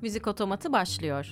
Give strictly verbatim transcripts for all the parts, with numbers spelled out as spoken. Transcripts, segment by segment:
Müzik Otomatı başlıyor.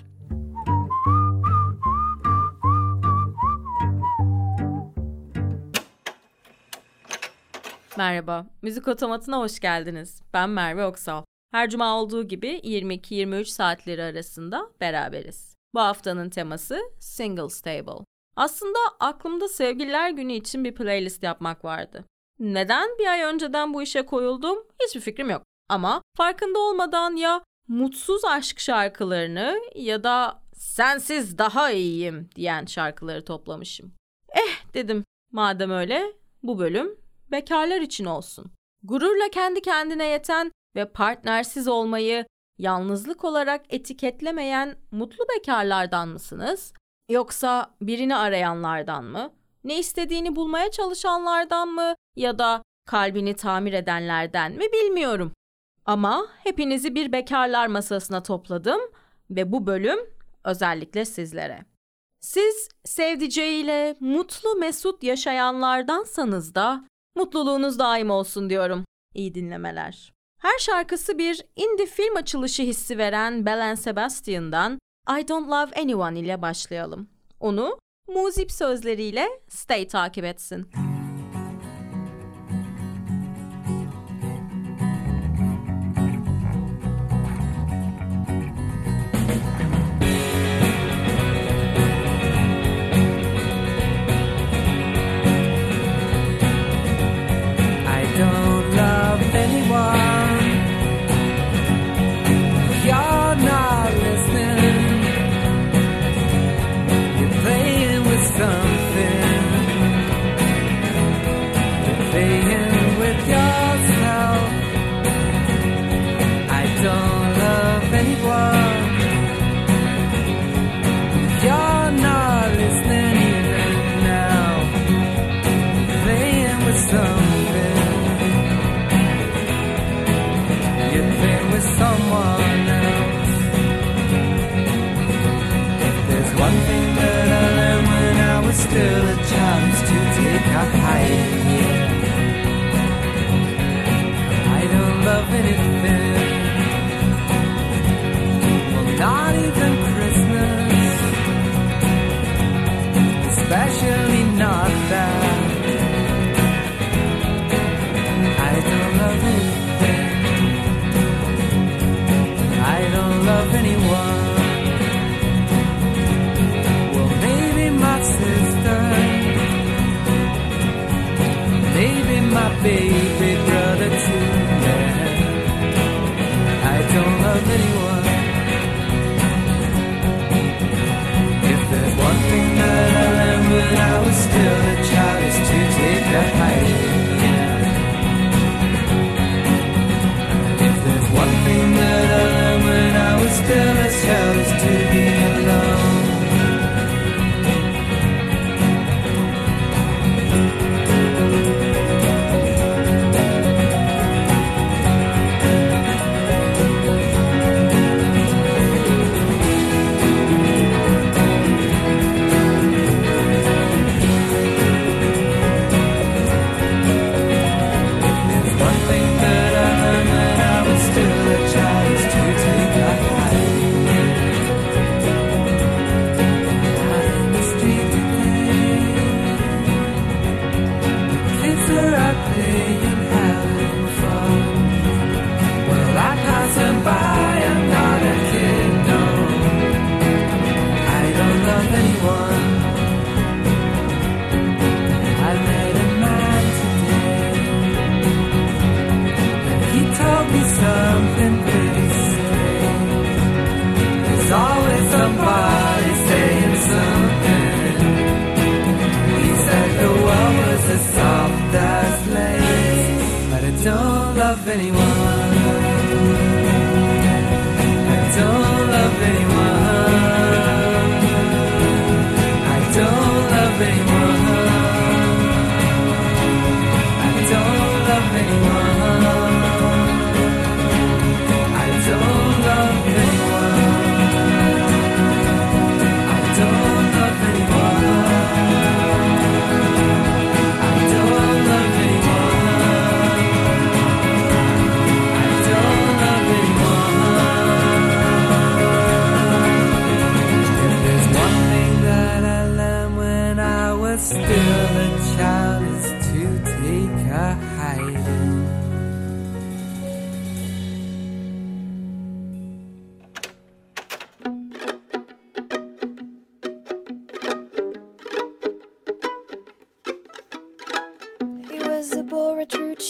Merhaba, Müzik Otomatı'na hoş geldiniz. Ben Merve Oksal. Her cuma olduğu gibi yirmi iki yirmi üç saatleri arasında beraberiz. Bu haftanın teması Single Stable. Aslında aklımda Sevgililer Günü için bir playlist yapmak vardı. Neden bir ay önceden bu işe koyuldum hiçbir fikrim yok. Ama farkında olmadan ya mutsuz aşk şarkılarını ya da sensiz daha iyiyim diyen şarkıları toplamışım. Eh dedim, madem öyle bu bölüm bekarlar için olsun. Gururla kendi kendine yeten ve partnersiz olmayı yalnızlık olarak etiketlemeyen mutlu bekarlardan mısınız? Yoksa birini arayanlardan mı? Ne istediğini bulmaya çalışanlardan mı? Ya da kalbini tamir edenlerden mi bilmiyorum. Ama hepinizi bir bekarlar masasına topladım ve bu bölüm özellikle sizlere. Siz sevdiceğiyle mutlu mesut yaşayanlardansanız da mutluluğunuz daim olsun diyorum. İyi dinlemeler. Her şarkısı bir indie film açılışı hissi veren Belle and Sebastian'dan I Don't Love Anyone ile başlayalım. Onu muzip sözleriyle Stay takip etsin.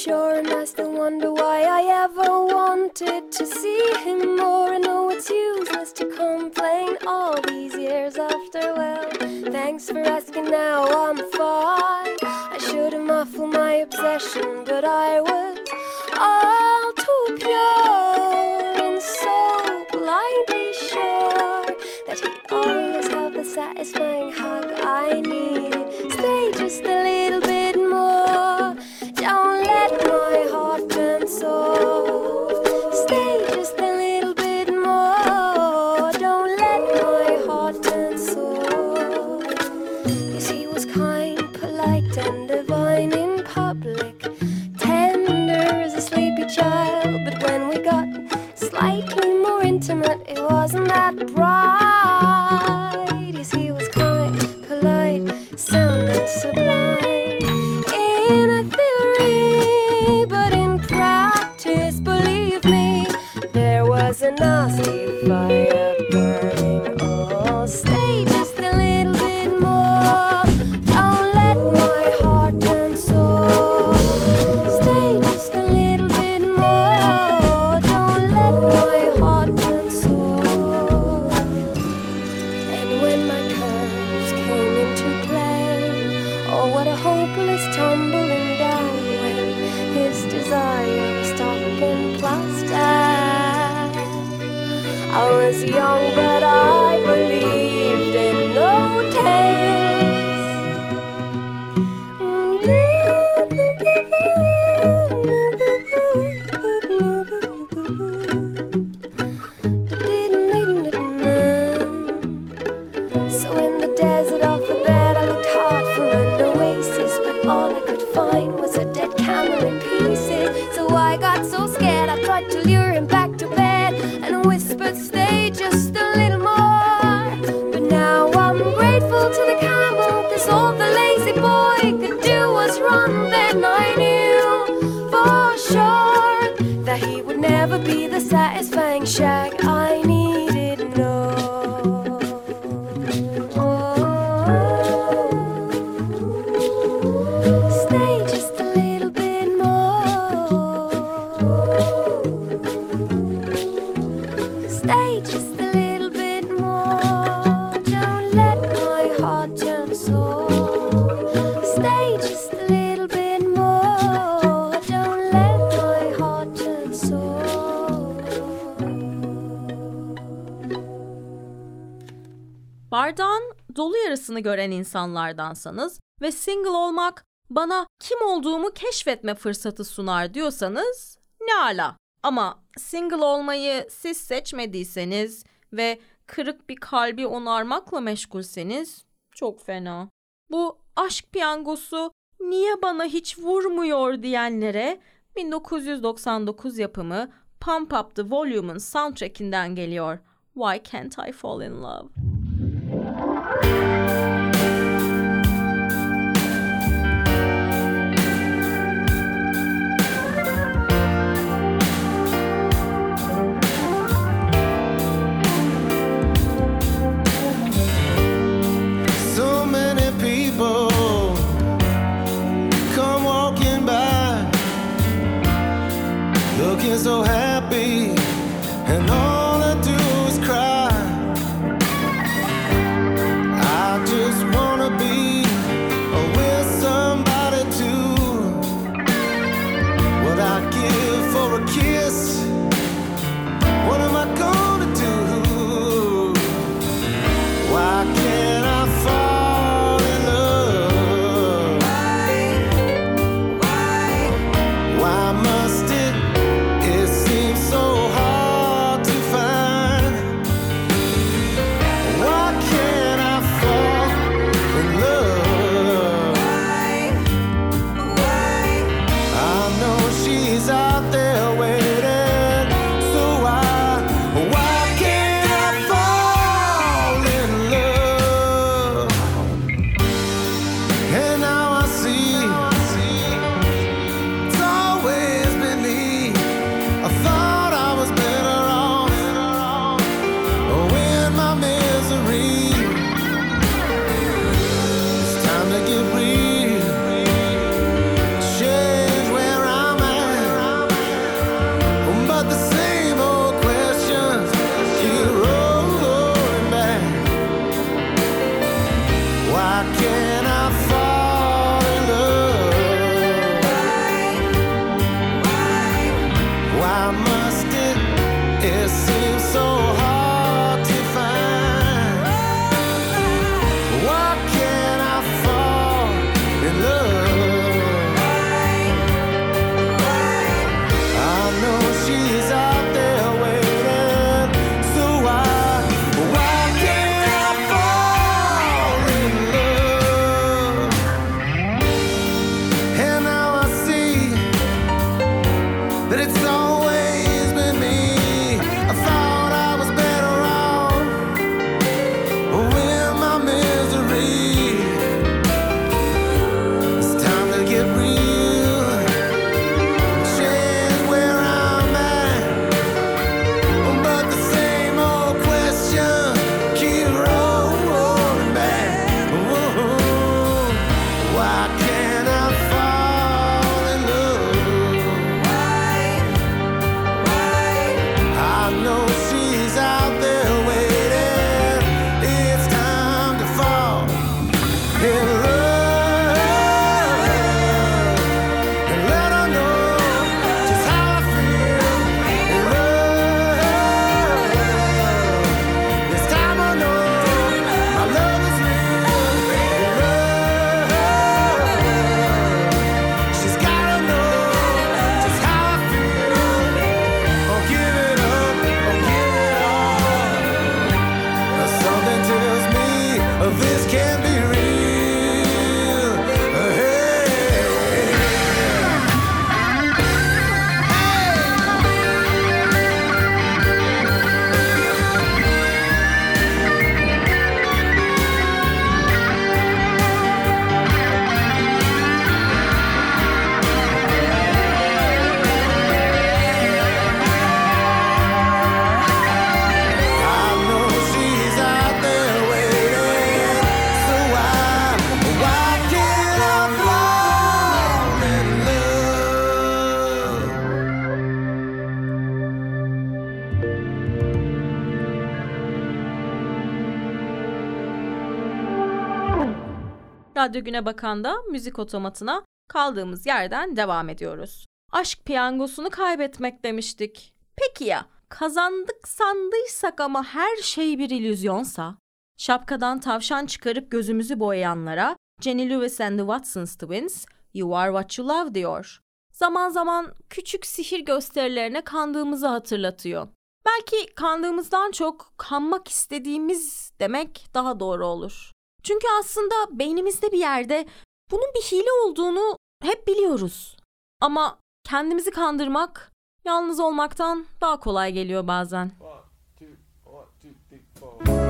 sure, and I still wonder why I ever wanted to see him more. I know it's useless to complain all these years after. Well, thanks for asking, now I'm fine. I should have muffled my obsession, but I was all too pure and so blindly sure that he'd always have the satisfying hug I needed. Stay just a little bit more, don't let my heart turn soft. Stay just a little bit more, don't let my heart turn soft. Yes, he was kind, polite and divine in public, tender as a sleepy child, but when we got slightly more intimate, it wasn't that bright. Yes, he was kind, polite, sound and sublime in a theory, but in practice, believe me, there was a nasty fire burning. Oh, stay just a little bit more, don't let my heart turn soft. Stay just a little bit more, don't let my heart turn soft. And when my curves came into play, oh, what a hopeless tumbling down when his desire was talking plastic. I was young, but I believed in no taste. So in the desert off the bed, I looked hard for an oasis, but all I could find was a dead camel in pieces. So I got so scared, I tried to lure him back to bed and whispered, stay just a little more. But now I'm grateful to the camel, 'cause all the lazy boy could do was run. Then I knew for sure that he would never be the satisfying shag I needed. No. Stay just a little bit more. Stay just a little bit more, don't let my heart turn soft. Stay just a little bit more, don't let my heart turn soft. Bardağın dolu yarısını gören insanlardansanız ve single olmak bana kim olduğumu keşfetme fırsatı sunar diyorsanız ne ala. Ama single olmayı siz seçmediyseniz ve kırık bir kalbi onarmakla meşgulseniz çok fena. Bu aşk piyangosu niye bana hiç vurmuyor diyenlere bin dokuz yüz doksan dokuz yapımı Pump Up The Volume'un soundtrackinden geliyor. Why Can't I Fall In Love? Looking so happy, and all I do is cry. I Radyo Güne Bakan'da müzik otomatına kaldığımız yerden devam ediyoruz. Aşk piyangosunu kaybetmek demiştik. Peki ya kazandık sandıysak ama her şey bir illüzyonsa? Şapkadan tavşan çıkarıp gözümüzü boyayanlara Jenny Lewis and the Watsons Twins, You Are What You Love diyor. Zaman zaman küçük sihir gösterilerine kandığımızı hatırlatıyor. Belki kandığımızdan çok kanmak istediğimiz demek daha doğru olur. Çünkü aslında beynimizde bir yerde bunun bir hile olduğunu hep biliyoruz. Ama kendimizi kandırmak yalnız olmaktan daha kolay geliyor bazen. One, two, one, two, three, four.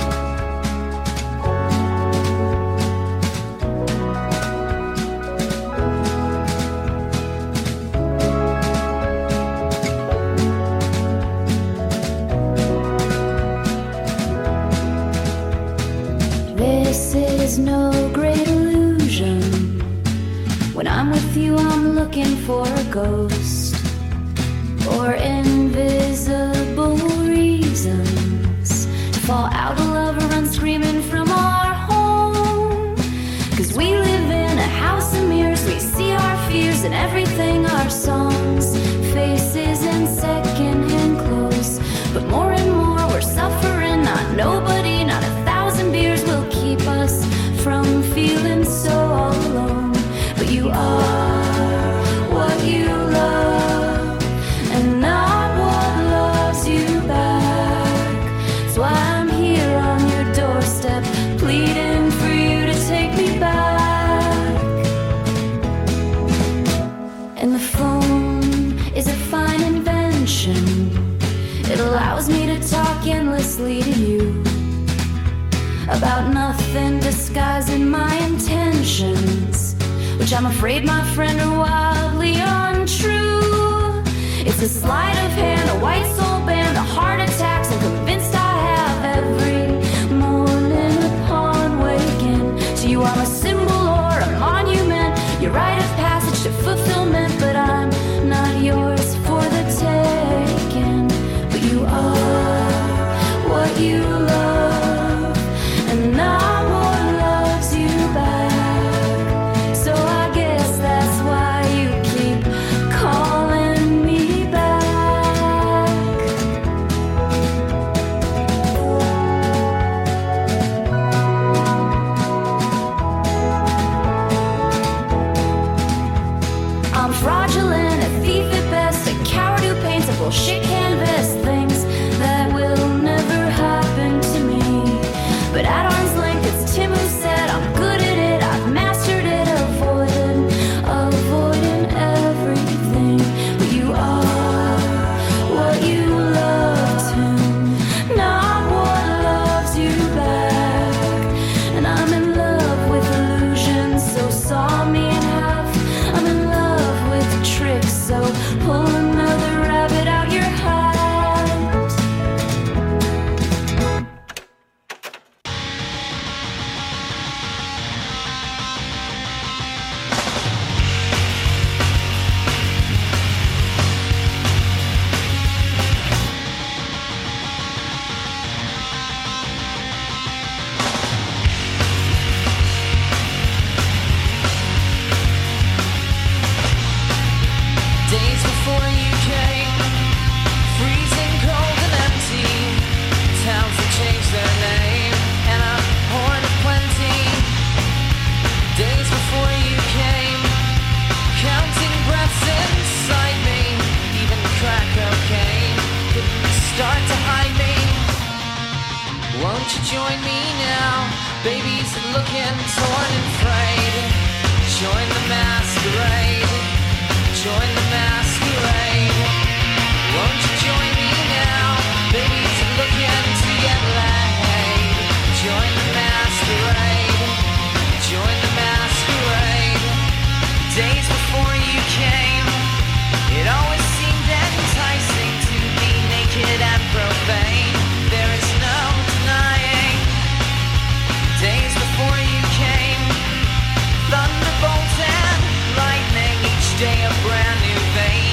This is no great illusion. When I'm with you, I'm looking for a ghost or invisible reasons to fall out of love or run screaming from our home. 'Cause we live in a house of mirrors, we see our fears and everything, our songs, faces and secondhand clothes. But more and more we're suffering, not nobody, not a thousand beers will keep us from feeling so all alone. But you are what you love and not what loves you back. So I'm here on your doorstep pleading for you to take me back. And the phone is a fine invention. It allows me to talk endlessly to you about nothing, disguising my intentions, which I'm afraid, my friend, are wildly untrue. It's a sleight of hand, a white soul band, a heart attacks I'm convinced I have every morning upon waking. To you I'm a symbol or a monument, your rite of passage to fulfillment, but I'm not yours for the taking. But you are what you love and not what loves you back. So I guess that's why you keep calling me back. I'm fraudulent, a thief at best, a coward who paints a bullshit canvas, things that will never happen to me. But at arm's length, it's Tim who said I'm good at it, I've mastered it, avoiding, avoiding everything. But you are what you love, Tim, not what loves you back. And I'm in love with illusions, so saw me in half. I'm in love with tricks, so pull another rabbit out your hat. Days before you came, freezing cold and empty, towns that changed their name, and a horn of plenty. Days before you came, counting breaths inside me, even crack cocaine couldn't start to hide me. Won't you join me now, babies looking torn and frayed? Join the masquerade. Join the masquerade. Won't you join me now? Babies looking to get laid. Join the masquerade. Join the masquerade. Days before you came, it always seemed enticing to be naked and profane. There is no denying. Days before you came, thunderbolt and lightning, each day a brand new vein.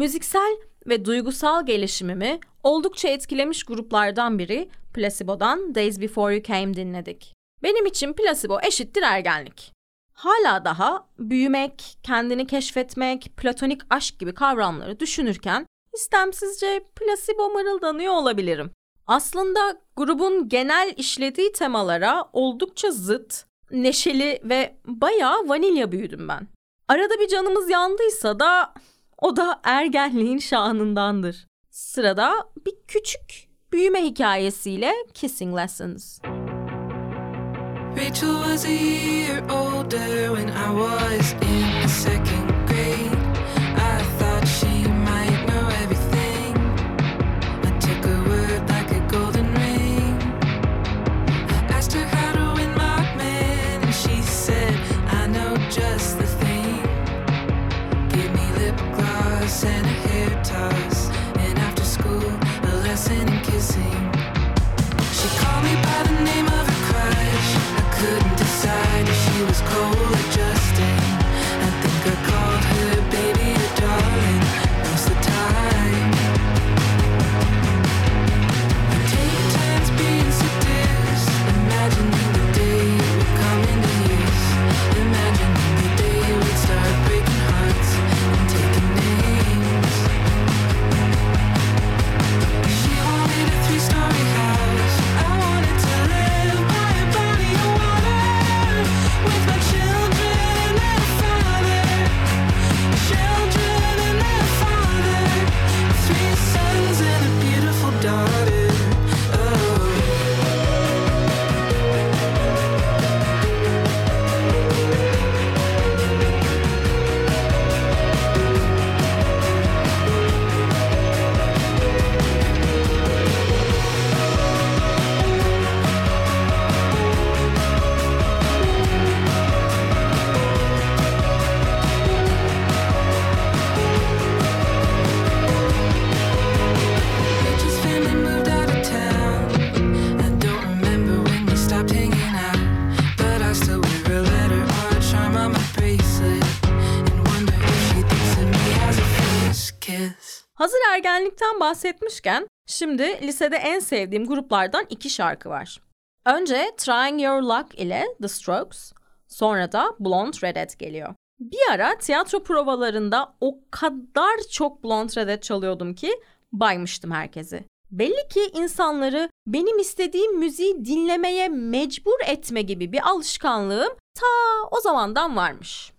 Müziksel ve duygusal gelişimimi oldukça etkilemiş gruplardan biri Placebo'dan Days Before You Came dinledik. Benim için Placebo eşittir ergenlik. Hala daha büyümek, kendini keşfetmek, platonik aşk gibi kavramları düşünürken istemsizce plasebo mırıldanıyor olabilirim. Aslında grubun genel işlediği temalara oldukça zıt, neşeli ve bayağı vanilya büyüdüm ben. Arada bir canımız yandıysa da o da ergenliğin şanındandır. Sırada bir küçük büyüme hikayesiyle Kissing Lessons. Rachel was a year older when I was in the second grade. I thought she might know everything. I took her word like a golden ring. I asked her how to win my man, and she said, I know just the thing. Give me lip gloss and a hair toss, and after school, a lesson in kissing. She called me by the name of her crush. Couldn't decide if she was cold or Justin. I think I called her baby or darling most of the time. We take turns being seduced, imagining the day would come into use, imagining the day we'd start breaking hearts and taking names. She wanted a three-story house. I wanted to live by a body of water with my children and their father, children and their father, three sons and a beautiful daughter. Oh. Rachel's family moved out of town. I don't remember when we stopped hanging out, but I still wear a letter or a charm on my bracelet and wonder if she thinks of me as a first kiss. Hazır ergenlikten bahsetmişken şimdi lisede en sevdiğim gruplardan iki şarkı var. Önce Trying Your Luck ile The Strokes, sonra da Blonde Redhead geliyor. Bir ara tiyatro provalarında o kadar çok Blonde Redhead çalıyordum ki baymıştım herkesi. Belli ki insanları benim istediğim müziği dinlemeye mecbur etme gibi bir alışkanlığım ta o zamandan varmış.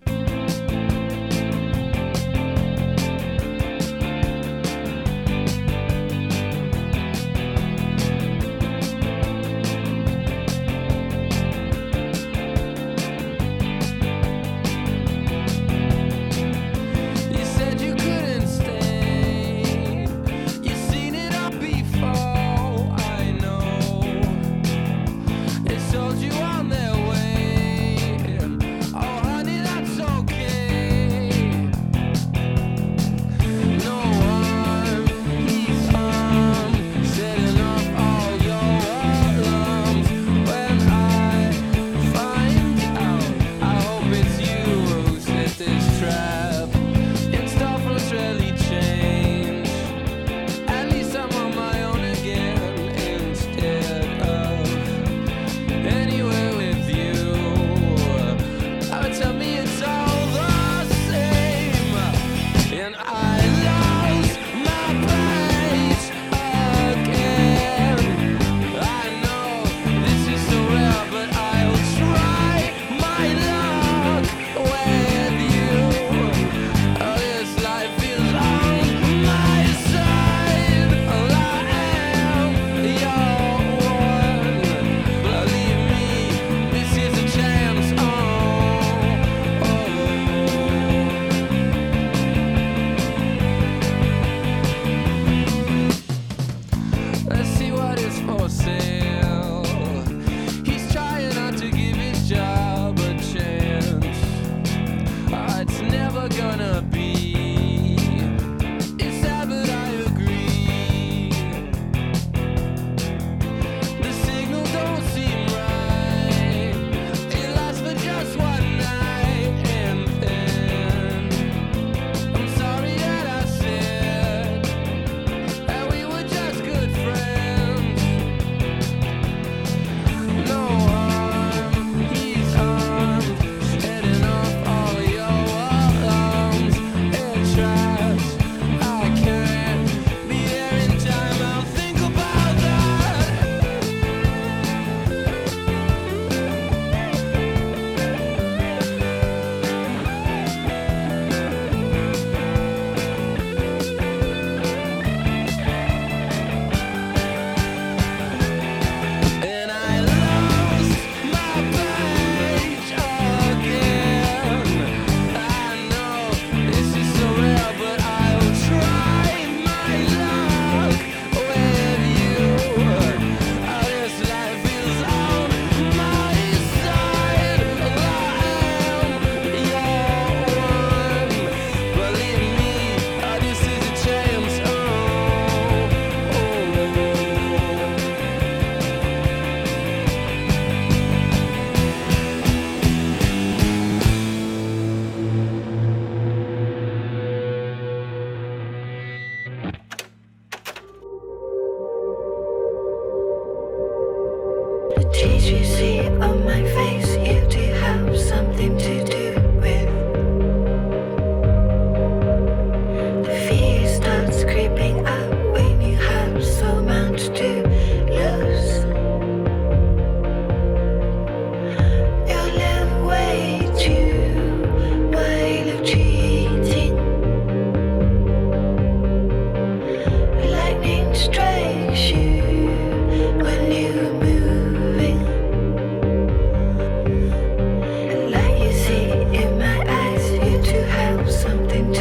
You said you couldn't stay. You seen it all before. I know. It sold you on their way. Oh, honey, that's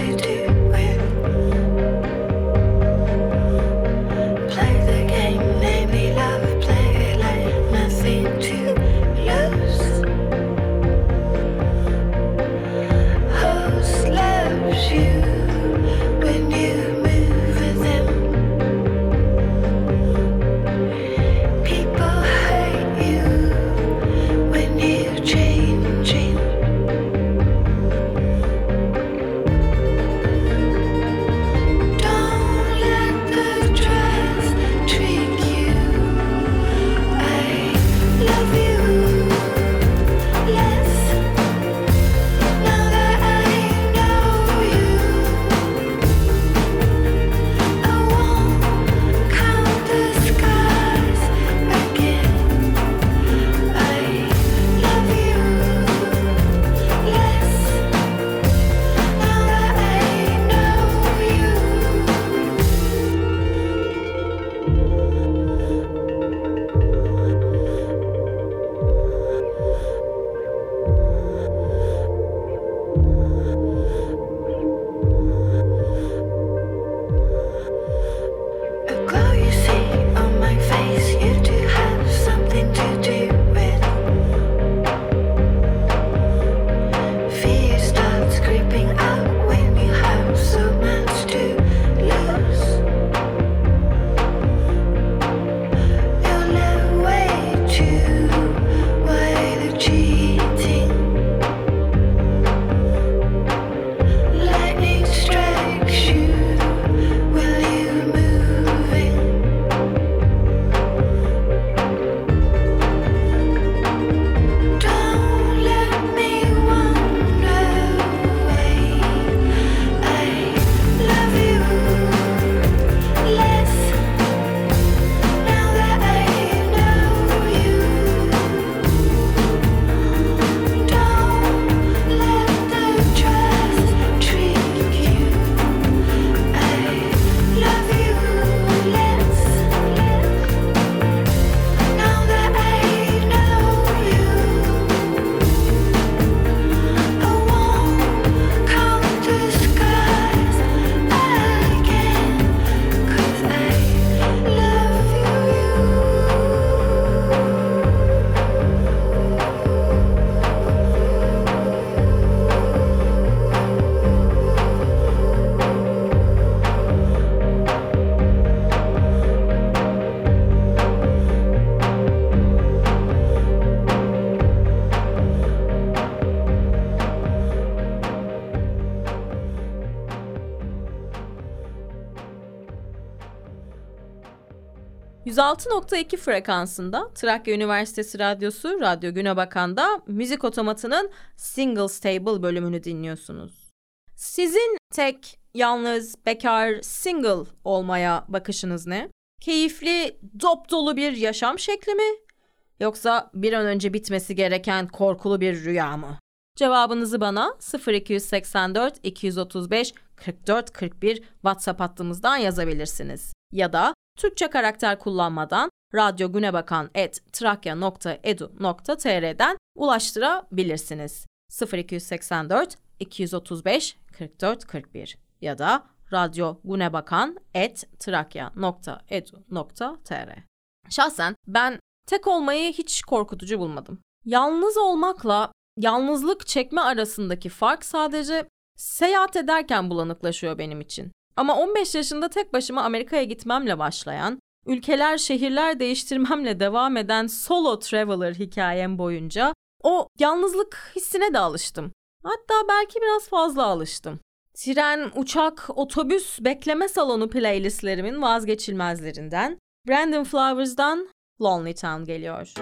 yüz altı nokta iki frekansında Trakya Üniversitesi Radyosu Radyo Günebakan'da Müzik Otomatı'nın Single Stable bölümünü dinliyorsunuz. Sizin tek, yalnız, bekar, single olmaya bakışınız ne? Keyifli, dop dolu bir yaşam şekli mi? Yoksa bir an önce bitmesi gereken korkulu bir rüya mı? Cevabınızı bana sıfır iki seksen dört iki yüz otuz beş kırk dört kırk bir WhatsApp hattımızdan yazabilirsiniz. Ya da Türkçe karakter kullanmadan radyogünebakan at trakya nokta edu nokta tr'den ulaştırabilirsiniz. sıfır iki seksen dört iki yüz otuz beş kırk dört kırk bir ya da radyogünebakan at trakya nokta edu nokta tr. Şahsen ben tek olmayı hiç korkutucu bulmadım. Yalnız olmakla yalnızlık çekme arasındaki fark sadece seyahat ederken bulanıklaşıyor benim için. Ama on beş yaşında tek başıma Amerika'ya gitmemle başlayan, ülkeler, şehirler değiştirmemle devam eden solo traveler hikayem boyunca o yalnızlık hissine de alıştım. Hatta belki biraz fazla alıştım. Tren, uçak, otobüs, bekleme salonu playlistlerimin vazgeçilmezlerinden Brandon Flowers'dan Lonely Town geliyor.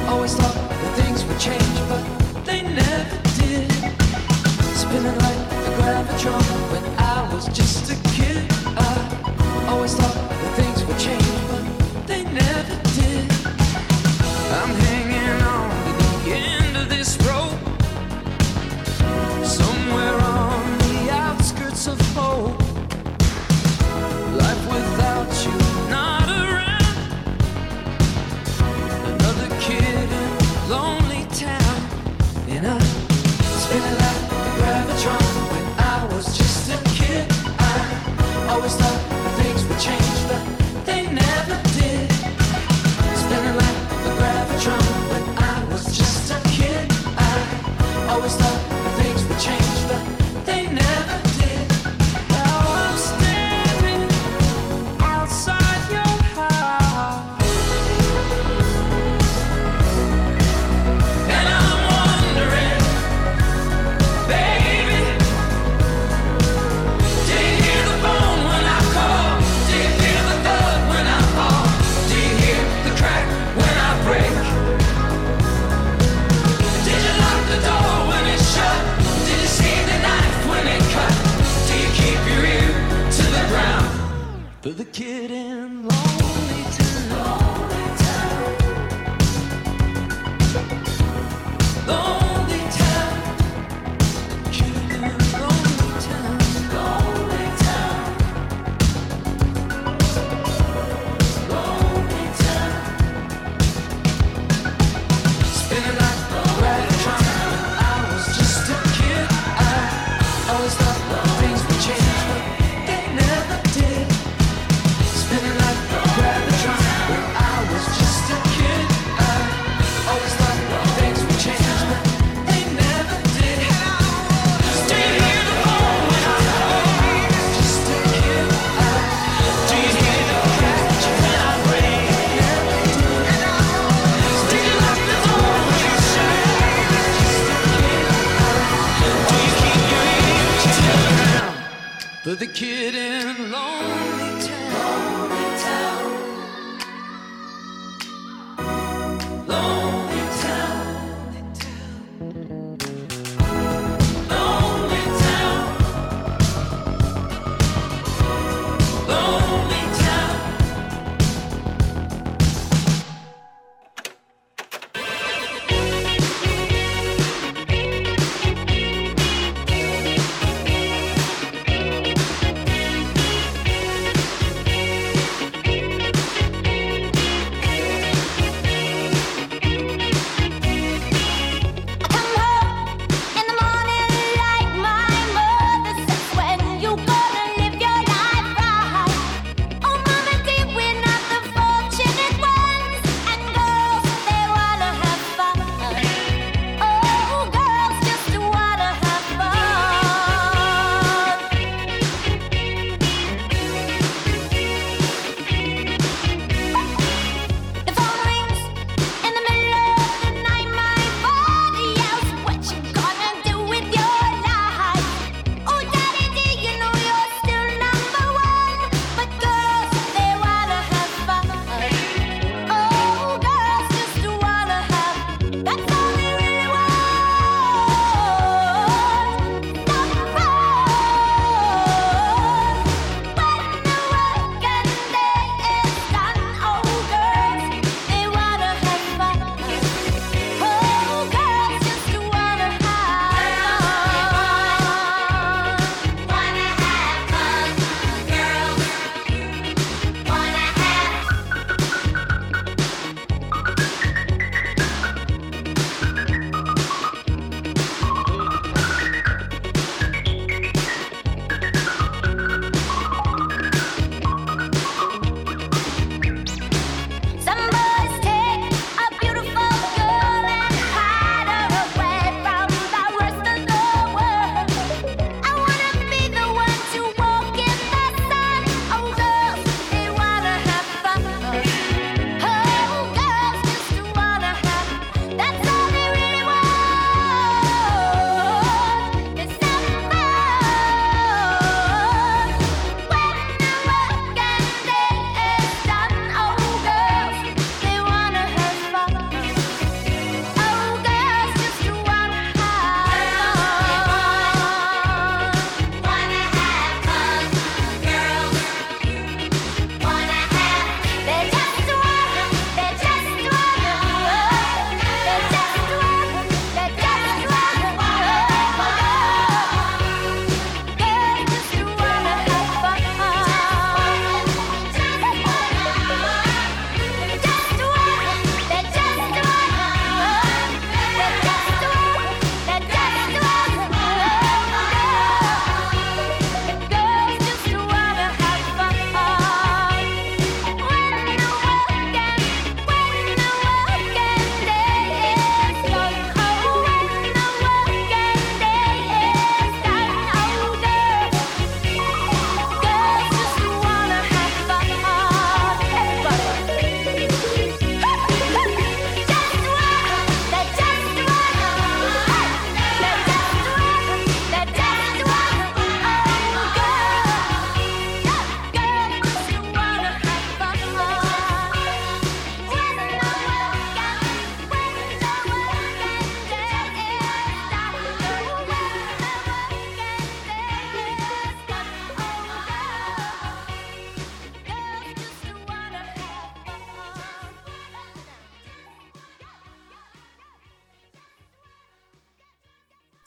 Always thought that things would change, but they never did. Spinning like the gravitron when I was just a kid. I always thought that things would change, but they never did. I'm hanging on to the end of this rope, somewhere on the outskirts of hope. Life without you, not around. Another kid in a lonely town. And I spinning like a gravitron when I was just a kid. I always thought that things would change, but they never did. Spinning like a gravitron when I was just a kid. I always thought that things would change, but they never did. Now I'm standing outside your house, and I'm wondering, baby, do you hear the phone when I call? Do you feel the thud when I fall? Do you hear the crack when I break? Did you lock the door when it's shut? Did you see the knife when it cut? Do you keep your ear to the ground for the kid in Lonely Town? Lonely Town. Lonely Town. Kid in Lonely Town. Lonely Town. Lonely Town. Spinning like a gravitron when I was just a kid. I always thought that things would change, but they never did. Spinning like a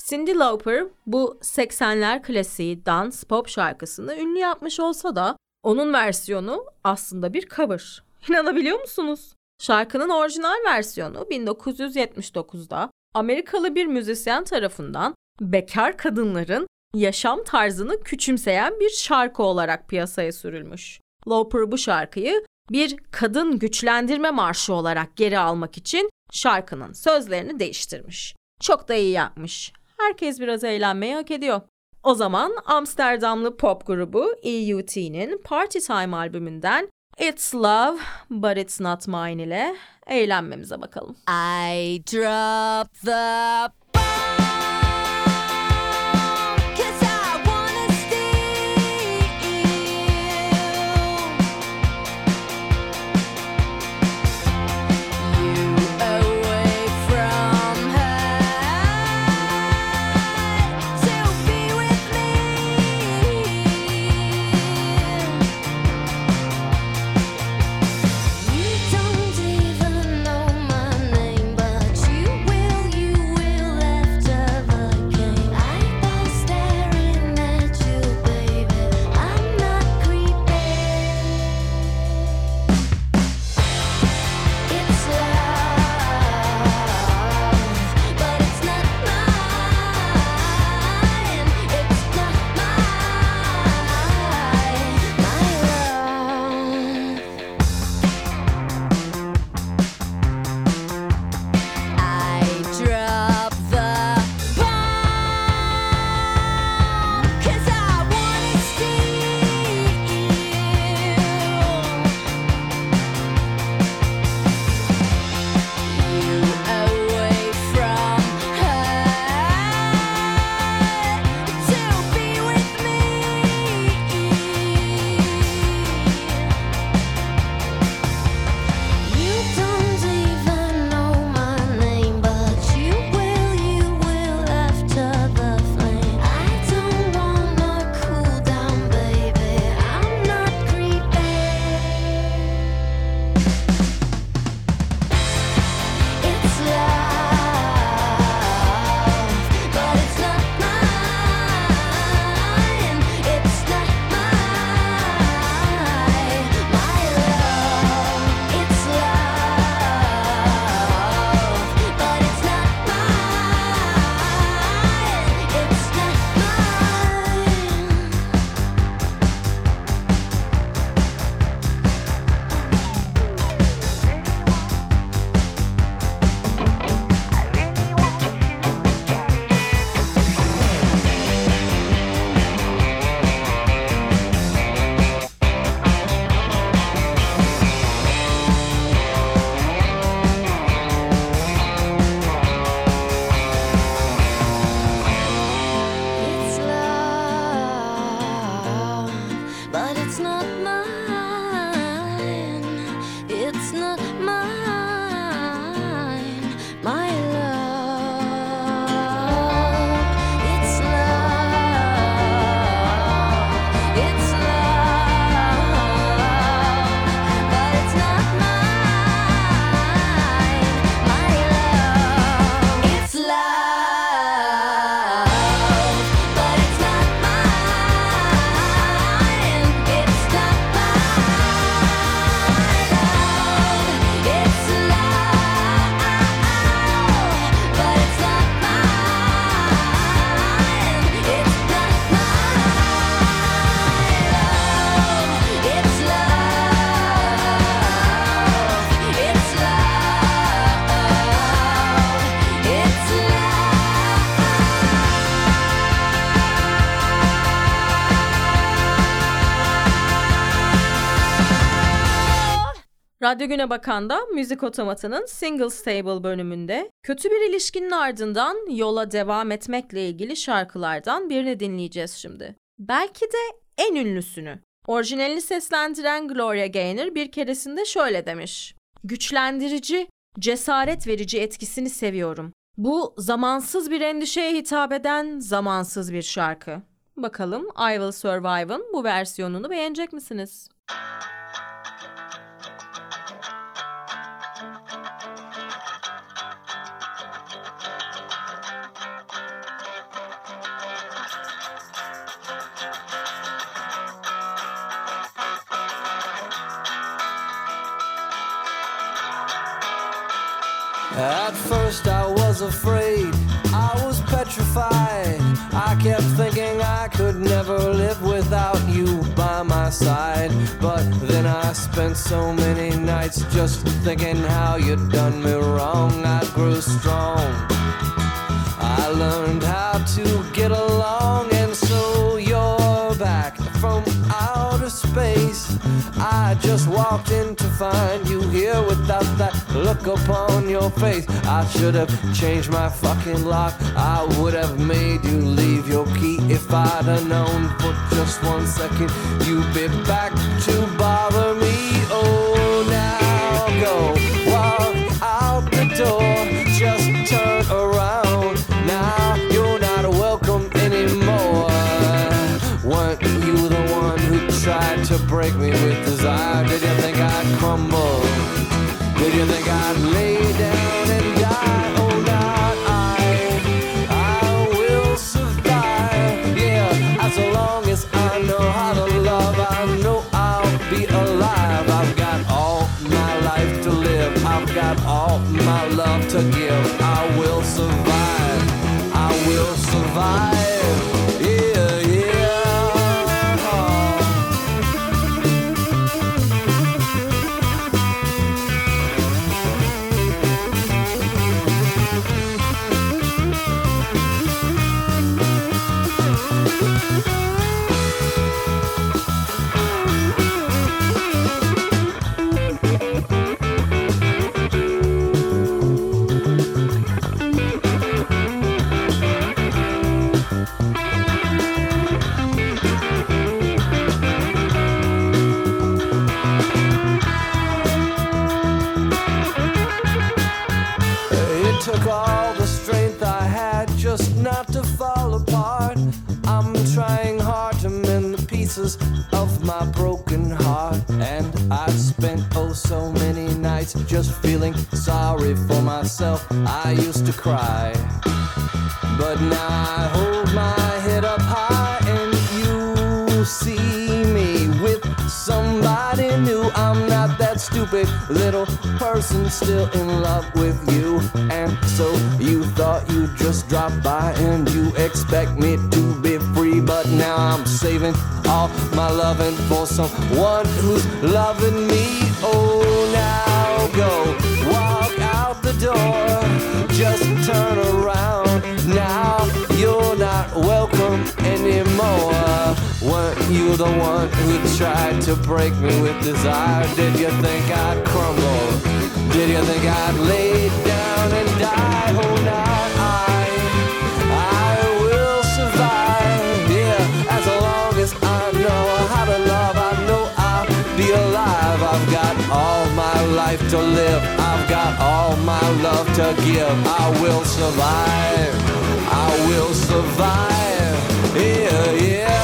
Cyndi Lauper bu seksenler klasiği dans pop şarkısını ünlü yapmış olsa da onun versiyonu aslında bir cover. İnanabiliyor musunuz? Şarkının orijinal versiyonu bin dokuz yüz yetmiş dokuzda Amerikalı bir müzisyen tarafından bekar kadınların yaşam tarzını küçümseyen bir şarkı olarak piyasaya sürülmüş. Lauper bu şarkıyı bir kadın güçlendirme marşı olarak geri almak için şarkının sözlerini değiştirmiş. Çok da iyi yapmış. Herkes biraz eğlenmeyi hak ediyor. O zaman Amsterdamlı pop grubu E U T'nin Party Time albümünden It's Love But It's Not Mine ile eğlenmemize bakalım. I drop the Radyo Güne Bakan'da Müzik Otomatı'nın Single Stable bölümünde kötü bir ilişkinin ardından yola devam etmekle ilgili şarkılardan birini dinleyeceğiz şimdi. Belki de en ünlüsünü. Orijinalini seslendiren Gloria Gaynor bir keresinde şöyle demiş: "Güçlendirici, cesaret verici etkisini seviyorum. Bu zamansız bir endişeye hitap eden zamansız bir şarkı." Bakalım I Will Survive'ın bu versiyonunu beğenecek misiniz? At first I was afraid, I was petrified. I kept thinking I could never live without you by my side. But then I spent so many nights just thinking how you'd done me wrong. I grew strong, I learned how to get along. And so you're back from outer space. I just walked in to find you here without that look upon your face. I should have changed my fucking lock. I would have made you leave your key if I'd have known for just one second you'd be back to bother me. Oh, now go walk out the door, just turn around. Now you're not welcome anymore. Weren't you the one who tried to break me with desire? Did you think I'd crumble? Did you think I'd lay down and die? Oh, not I. I will survive. Yeah, as long as I know how to love, I know I'll be alive. I've got all my life to live. I've got all my love to give. I will survive. I will survive. Yeah, yeah. Took all the strength I had just not to fall apart. I'm trying hard to mend the pieces of my broken heart. And I've spent oh so many nights just feeling sorry for myself. I used to cry, but now I hold my head up high and you see me with somebody new. I'm not that stupid little person still in love with you. And so you thought you'd just drop by and you expect me to be free. But now I'm saving all my loving for someone who's loving me. Oh, now go walk out the door, just turn around. Now you're not welcome anymore. Weren't you the one who tried to break me with desire? Did you think I'd crumble? Did you think I'd lay down and die? Oh, not I. I will survive. Yeah, as long as I know how to love, I know I'll be alive. I've got all my life to live. I've got all my love to give. I will survive. I will survive. Yeah, yeah.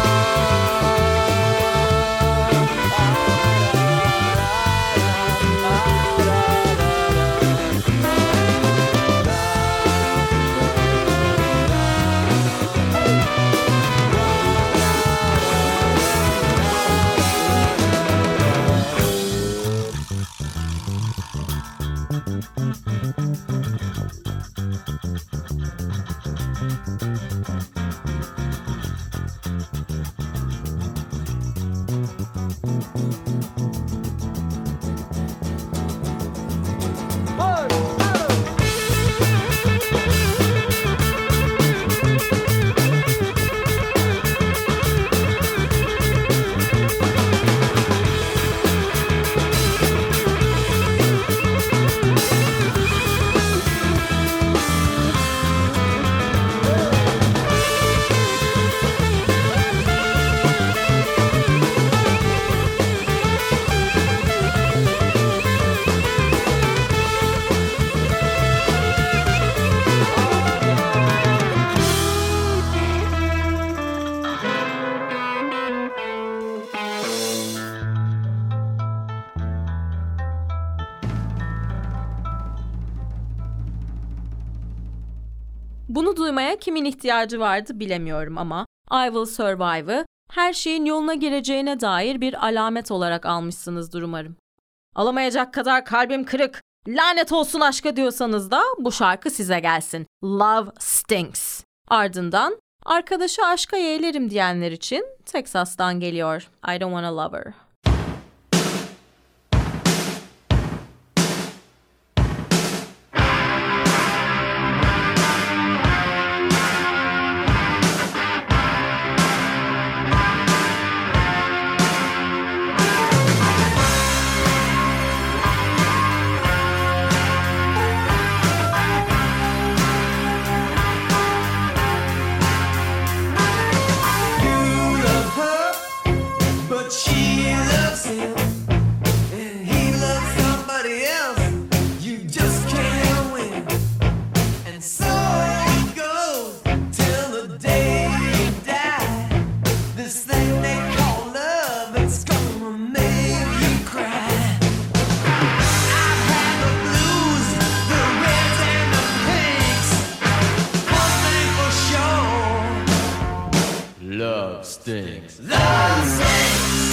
Bunu duymaya kimin ihtiyacı vardı bilemiyorum ama I Will Survive'ı her şeyin yoluna gireceğine dair bir alamet olarak almışsınızdır umarım. Alamayacak kadar kalbim kırık, Lanet olsun aşka diyorsanız da bu şarkı size gelsin. Love Stinks. Ardından arkadaşı aşka yeğlerim diyenler için Texas'tan geliyor. I Don't Wanna Love Her. Love stinks. Love stinks.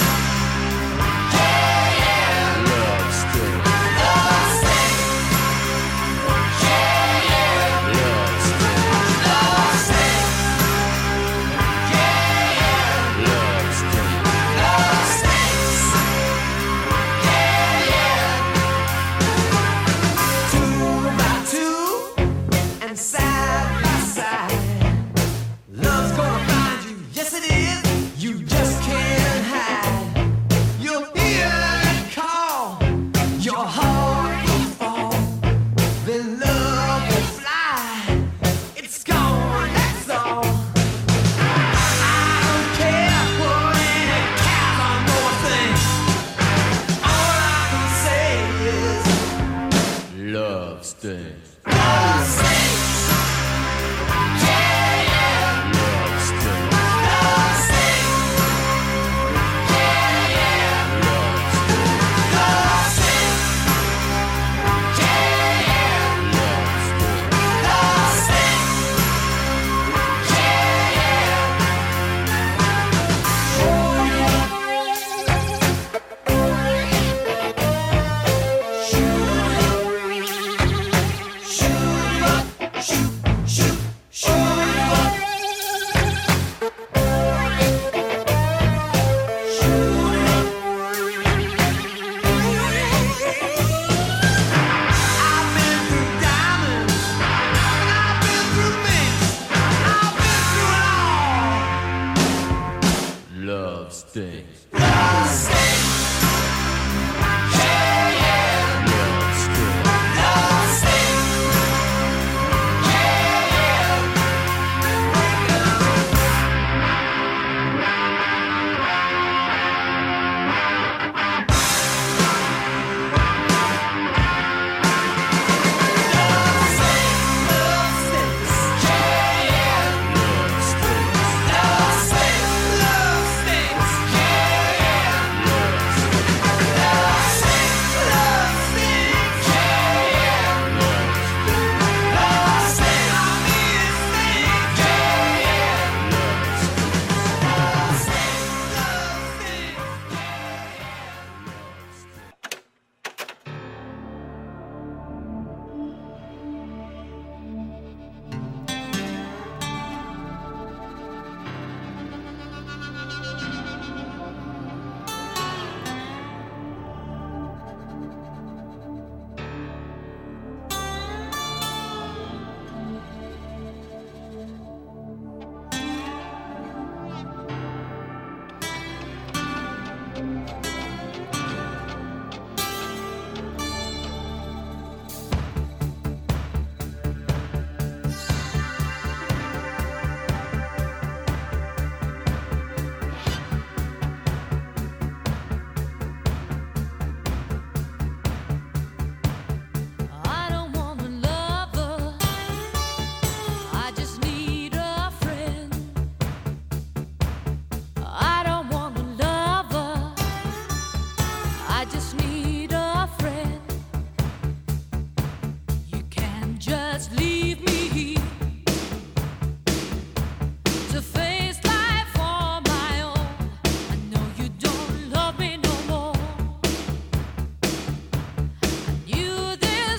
You this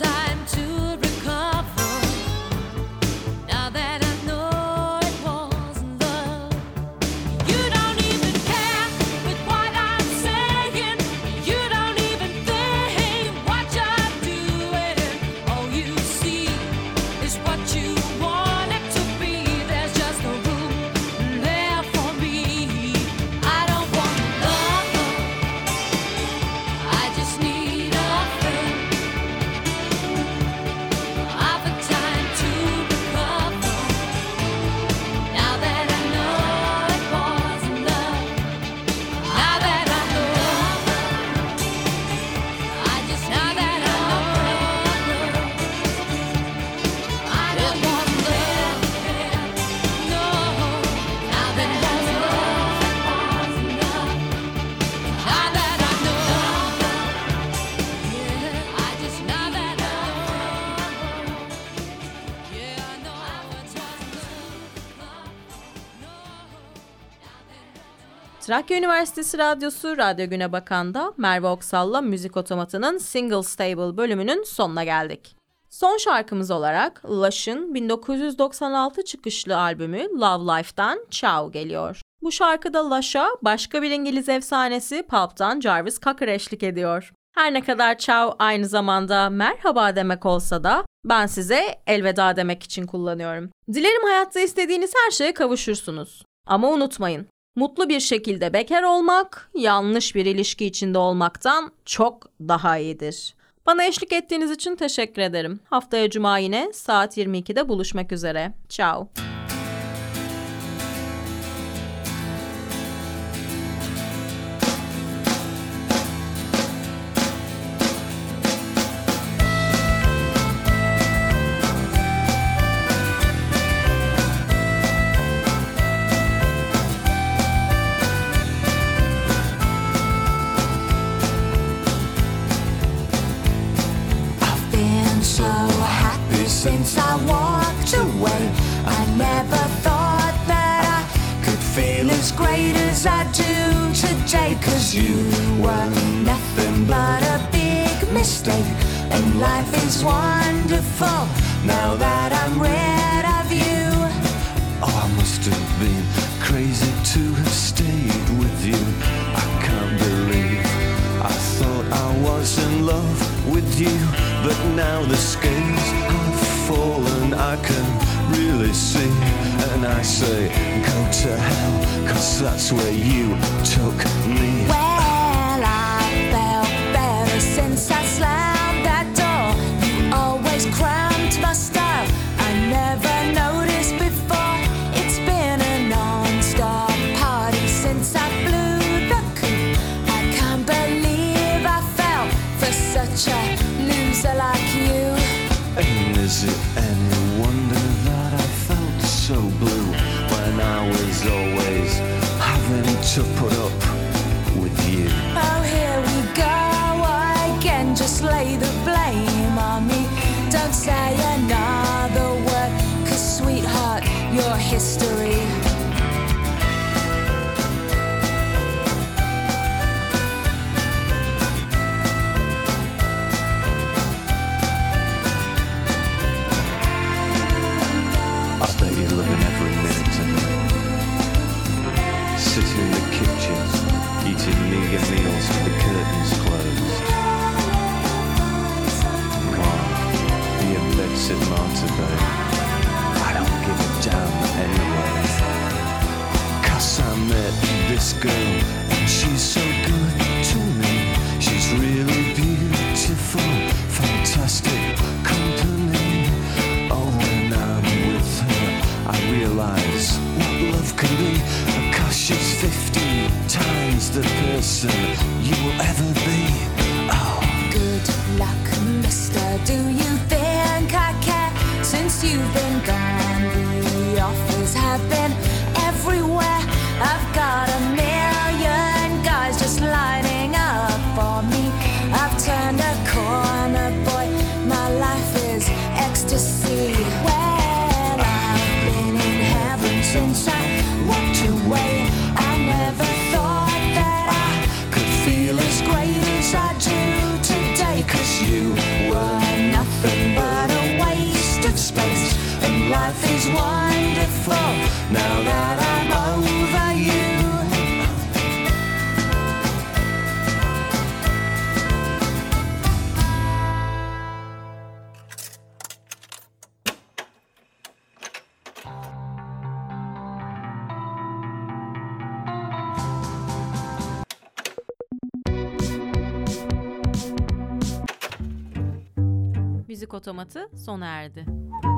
time to recover. Now that I know it wasn't love. You don't even care with what I'm saying. You don't even think what you're doing. All you see is what you want it to be. There's just no room there for me. I don't want love. I just need a friend. I've had time to recover. Now that I know it wasn't love. Now that I know, I just now that I know, I don't want love. No, now that I know it wasn't love. Now that I know, yeah, I just now that I know, yeah, I know it wasn't love. Trakya Üniversitesi Radyosu Radyo Güne Bakan'da Merve Oksal'la Müzik Otomatı'nın Single Stable bölümünün sonuna geldik. Son şarkımız olarak Lush'ın bin dokuz yüz doksan altı çıkışlı albümü Love Life'dan Ciao geliyor. Bu şarkıda Lush'a başka bir İngiliz efsanesi Pulp'tan Jarvis Cocker eşlik ediyor. Her ne kadar ciao aynı zamanda merhaba demek olsa da ben size elveda demek için kullanıyorum. Dilerim hayatta istediğiniz her şeye kavuşursunuz. Ama unutmayın, mutlu bir şekilde bekar olmak, yanlış bir ilişki içinde olmaktan çok daha iyidir. Bana eşlik ettiğiniz için teşekkür ederim. Haftaya Cuma yine saat yirmi ikide buluşmak üzere. Ciao. I've been so happy since I walked away. I never thought that I could feel as great as I do today. 'Cause you were nothing but a big mistake. And life is wonderful now that I'm rid of you. Oh, I must have been crazy to have stayed with you. I can't believe I thought I was in love with you, but now the scales have fallen. I can really see, and I say, go to hell, 'cause that's where you took me. Well, I felt better since I slammed that door. You always cramped my style. I never noticed before. It's been a non-stop party since I flew the coop. I can't believe I fell for such a loser like you. And is it any wonder that I felt so blue when I was always having to put up with you? Oh, here we go again. Just lay the blame on me. Don't say another word, 'cause sweetheart, you're history. I bet you're loving every minute of it. Sitting in the kitchen, eating meager meals with the curtains closed. Mom, be in bed sitting on today. I don't give a damn anyway. 'Cause I met this girl, and she's so good to me. She's really beautiful, fantastic company. Oh, when I'm with her, I realise what love can be. 'Cause she's fifty times the person you will ever be. Oh, Good luck, mister. Do you think I care? Since you've been gone, the offers have been everywhere. I've got a million guys just lining up for me. I've turned a corner, boy. My life is ecstasy. Well, I've been in heaven since I walked away. I never thought that I could feel as great as I do today. 'Cause you were nothing Müzik Otomatı sona erdi.